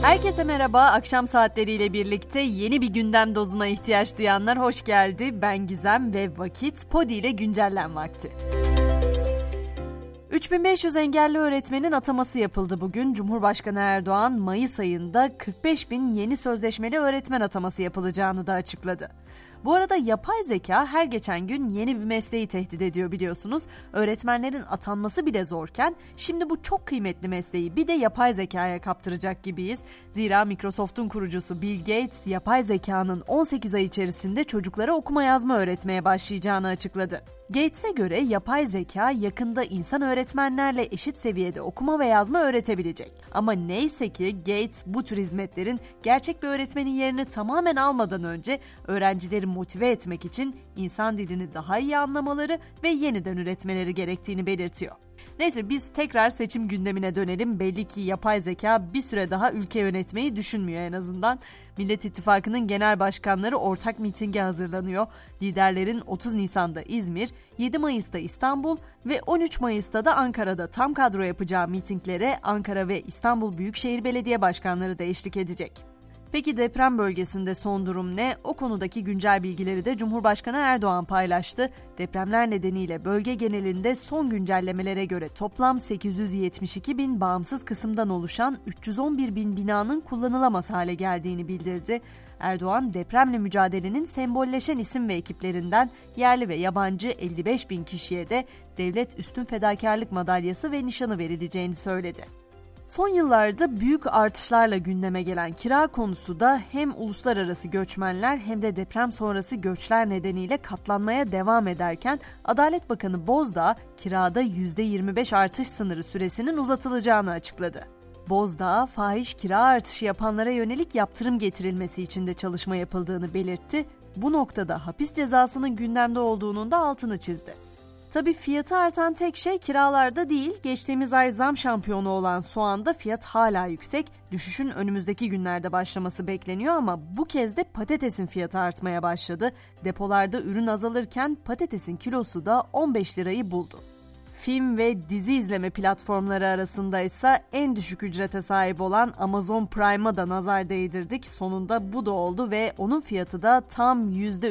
Herkese merhaba. Akşam saatleriyle birlikte yeni bir gündem dozuna ihtiyaç duyanlar hoş geldi. Ben Gizem ve vakit Podi ile güncellen vakti. 3500 engelli öğretmenin ataması yapıldı bugün. Cumhurbaşkanı Erdoğan Mayıs ayında 45.000 yeni sözleşmeli öğretmen ataması yapılacağını da açıkladı. Bu arada yapay zeka her geçen gün yeni bir mesleği tehdit ediyor biliyorsunuz. Öğretmenlerin atanması bile zorken şimdi bu çok kıymetli mesleği bir de yapay zekaya kaptıracak gibiyiz. Zira Microsoft'un kurucusu Bill Gates yapay zekanın 18 ay içerisinde çocuklara okuma yazma öğretmeye başlayacağını açıkladı. Gates'e göre yapay zeka yakında insan öğretmenlerle eşit seviyede okuma ve yazma öğretebilecek. Ama neyse ki Gates bu tür hizmetlerin gerçek bir öğretmenin yerini tamamen almadan önce öğrencileri motive etmek için insan dilini daha iyi anlamaları ve yeniden üretmeleri gerektiğini belirtiyor. Neyse biz tekrar seçim gündemine dönelim. Belli ki yapay zeka bir süre daha ülke yönetmeyi düşünmüyor en azından. Millet İttifakı'nın genel başkanları ortak mitinge hazırlanıyor. Liderlerin 30 Nisan'da İzmir, 7 Mayıs'ta İstanbul ve 13 Mayıs'ta da Ankara'da tam kadro yapacağı mitinglere Ankara ve İstanbul Büyükşehir Belediye Başkanları da eşlik edecek. Peki deprem bölgesinde son durum ne? O konudaki güncel bilgileri de Cumhurbaşkanı Erdoğan paylaştı. Depremler nedeniyle bölge genelinde son güncellemelere göre toplam 872 bin bağımsız kısımdan oluşan 311 bin binanın kullanılamaz hale geldiğini bildirdi. Erdoğan depremle mücadelenin sembolleşen isim ve ekiplerinden yerli ve yabancı 55 bin kişiye de devlet üstün fedakarlık madalyası ve nişanı verileceğini söyledi. Son yıllarda büyük artışlarla gündeme gelen kira konusu da hem uluslararası göçmenler hem de deprem sonrası göçler nedeniyle katlanmaya devam ederken Adalet Bakanı Bozdağ kirada %25 artış sınırı süresinin uzatılacağını açıkladı. Bozdağ, fahiş kira artışı yapanlara yönelik yaptırım getirilmesi için de çalışma yapıldığını belirtti. Bu noktada hapis cezasının gündemde olduğunun da altını çizdi. Tabii fiyatı artan tek şey kiralarda değil, geçtiğimiz ay zam şampiyonu olan soğanda fiyat hala yüksek. Düşüşün önümüzdeki günlerde başlaması bekleniyor ama bu kez de patatesin fiyatı artmaya başladı. Depolarda ürün azalırken patatesin kilosu da 15 lirayı buldu. Film ve dizi izleme platformları arasında ise en düşük ücrete sahip olan Amazon Prime'a da nazar değdirdik. Sonunda bu da oldu ve onun fiyatı da tam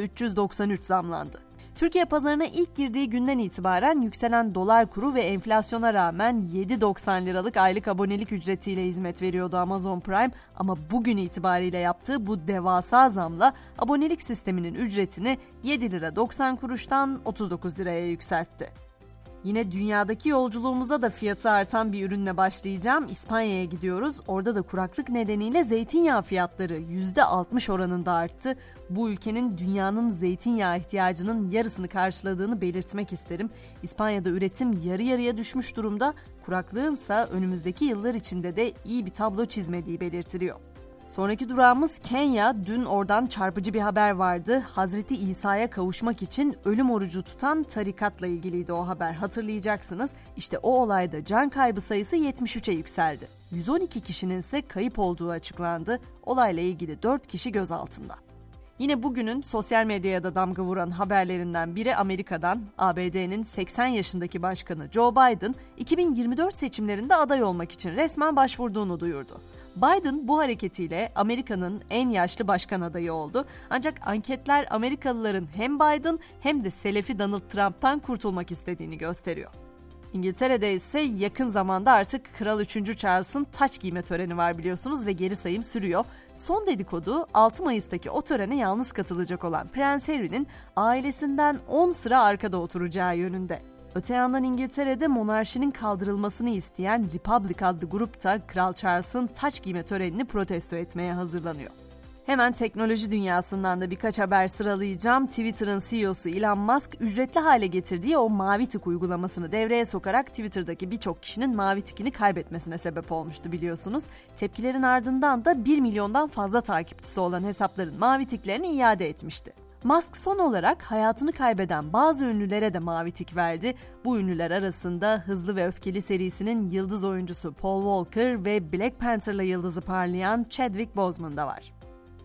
%393 zamlandı. Türkiye pazarına ilk girdiği günden itibaren yükselen dolar kuru ve enflasyona rağmen 7,90 liralık aylık abonelik ücretiyle hizmet veriyordu Amazon Prime ama bugün itibariyle yaptığı bu devasa zamla abonelik sisteminin ücretini 7 lira 90 kuruştan 39 liraya yükseltti. Yine dünyadaki yolculuğumuza da fiyatı artan bir ürünle başlayacağım. İspanya'ya gidiyoruz. Orada da kuraklık nedeniyle zeytinyağı fiyatları %60 oranında arttı. Bu ülkenin dünyanın zeytinyağı ihtiyacının yarısını karşıladığını belirtmek isterim. İspanya'da üretim yarı yarıya düşmüş durumda. Kuraklığınsa önümüzdeki yıllar içinde de iyi bir tablo çizmediği belirtiliyor. Sonraki durağımız Kenya. Dün oradan çarpıcı bir haber vardı. Hazreti İsa'ya kavuşmak için ölüm orucu tutan tarikatla ilgiliydi o haber. Hatırlayacaksınız. İşte o olayda can kaybı sayısı 73'e yükseldi. 112 kişinin ise kayıp olduğu açıklandı. Olayla ilgili 4 kişi gözaltında. Yine bugünün sosyal medyaya da damga vuran haberlerinden biri Amerika'dan. ABD'nin 80 yaşındaki başkanı Joe Biden 2024 seçimlerinde aday olmak için resmen başvurduğunu duyurdu. Biden bu hareketiyle Amerika'nın en yaşlı başkan adayı oldu. Ancak anketler Amerikalıların hem Biden hem de Selefi Donald Trump'tan kurtulmak istediğini gösteriyor. İngiltere'de ise yakın zamanda artık Kral 3. Charles'ın taç giyme töreni var biliyorsunuz ve geri sayım sürüyor. Son dedikodu 6 Mayıs'taki o törene yalnız katılacak olan Prens Harry'nin ailesinden 10 sıra arkada oturacağı yönünde. Öte yandan İngiltere'de monarşinin kaldırılmasını isteyen Republic adlı grup da Kral Charles'ın taç giyme törenini protesto etmeye hazırlanıyor. Hemen teknoloji dünyasından da birkaç haber sıralayacağım. Twitter'ın CEO'su Elon Musk ücretli hale getirdiği o mavi tik uygulamasını devreye sokarak Twitter'daki birçok kişinin mavi tikini kaybetmesine sebep olmuştu biliyorsunuz. Tepkilerin ardından da 1 milyondan fazla takipçisi olan hesapların mavi tiklerini iade etmişti. Musk son olarak hayatını kaybeden bazı ünlülere de mavi tik verdi. Bu ünlüler arasında Hızlı ve Öfkeli serisinin yıldız oyuncusu Paul Walker ve Black Panther'la yıldızı parlayan Chadwick Boseman da var.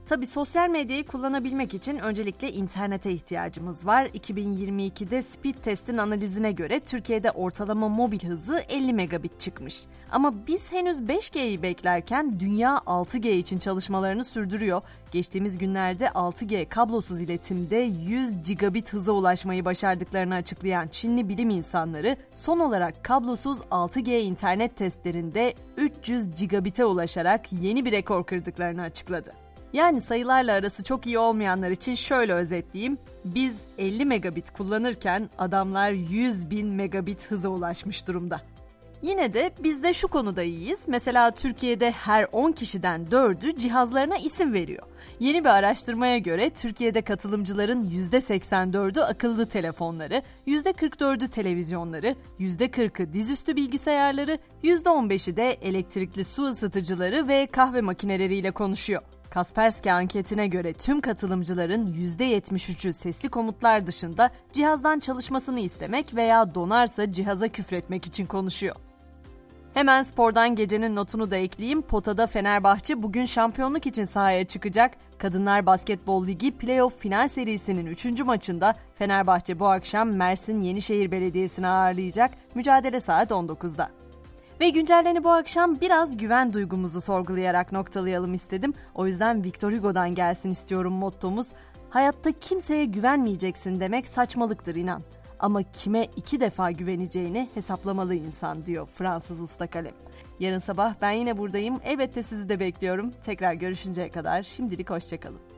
Tabii sosyal medyayı kullanabilmek için öncelikle internete ihtiyacımız var. 2022'de Speed Test'in analizine göre Türkiye'de ortalama mobil hızı 50 megabit çıkmış. Ama biz henüz 5G'yi beklerken dünya 6G için çalışmalarını sürdürüyor. Geçtiğimiz günlerde 6G kablosuz iletimde 100 gigabit hıza ulaşmayı başardıklarını açıklayan Çinli bilim insanları son olarak kablosuz 6G internet testlerinde 300 gigabit'e ulaşarak yeni bir rekor kırdıklarını açıkladı. Yani sayılarla arası çok iyi olmayanlar için şöyle özetleyeyim. Biz 50 megabit kullanırken adamlar 100.000 megabit hıza ulaşmış durumda. Yine de biz de şu konuda iyiyiz. Mesela Türkiye'de her 10 kişiden 4'ü cihazlarına isim veriyor. Yeni bir araştırmaya göre Türkiye'de katılımcıların %84'ü akıllı telefonları, %44'ü televizyonları, %40'ı dizüstü bilgisayarları, %15'i de elektrikli su ısıtıcıları ve kahve makineleriyle konuşuyor. Kaspersky anketine göre tüm katılımcıların %73'ü sesli komutlar dışında cihazdan çalışmasını istemek veya donarsa cihaza küfretmek için konuşuyor. Hemen spordan gecenin notunu da ekleyeyim. Potada Fenerbahçe bugün şampiyonluk için sahaya çıkacak. Kadınlar Basketbol Ligi Playoff final serisinin 3. maçında Fenerbahçe bu akşam Mersin Yenişehir Belediyesi'ni ağırlayacak. Mücadele saat 19'da. Ve güncelleni bu akşam biraz güven duygumuzu sorgulayarak noktalayalım istedim. O yüzden Victor Hugo'dan gelsin istiyorum mottomuz. Hayatta kimseye güvenmeyeceksin demek saçmalıktır inan. Ama kime 2 defa güveneceğini hesaplamalı insan diyor Fransız usta kalem. Yarın sabah ben yine buradayım. Elbette sizi de bekliyorum. Tekrar görüşünceye kadar şimdilik hoşçakalın.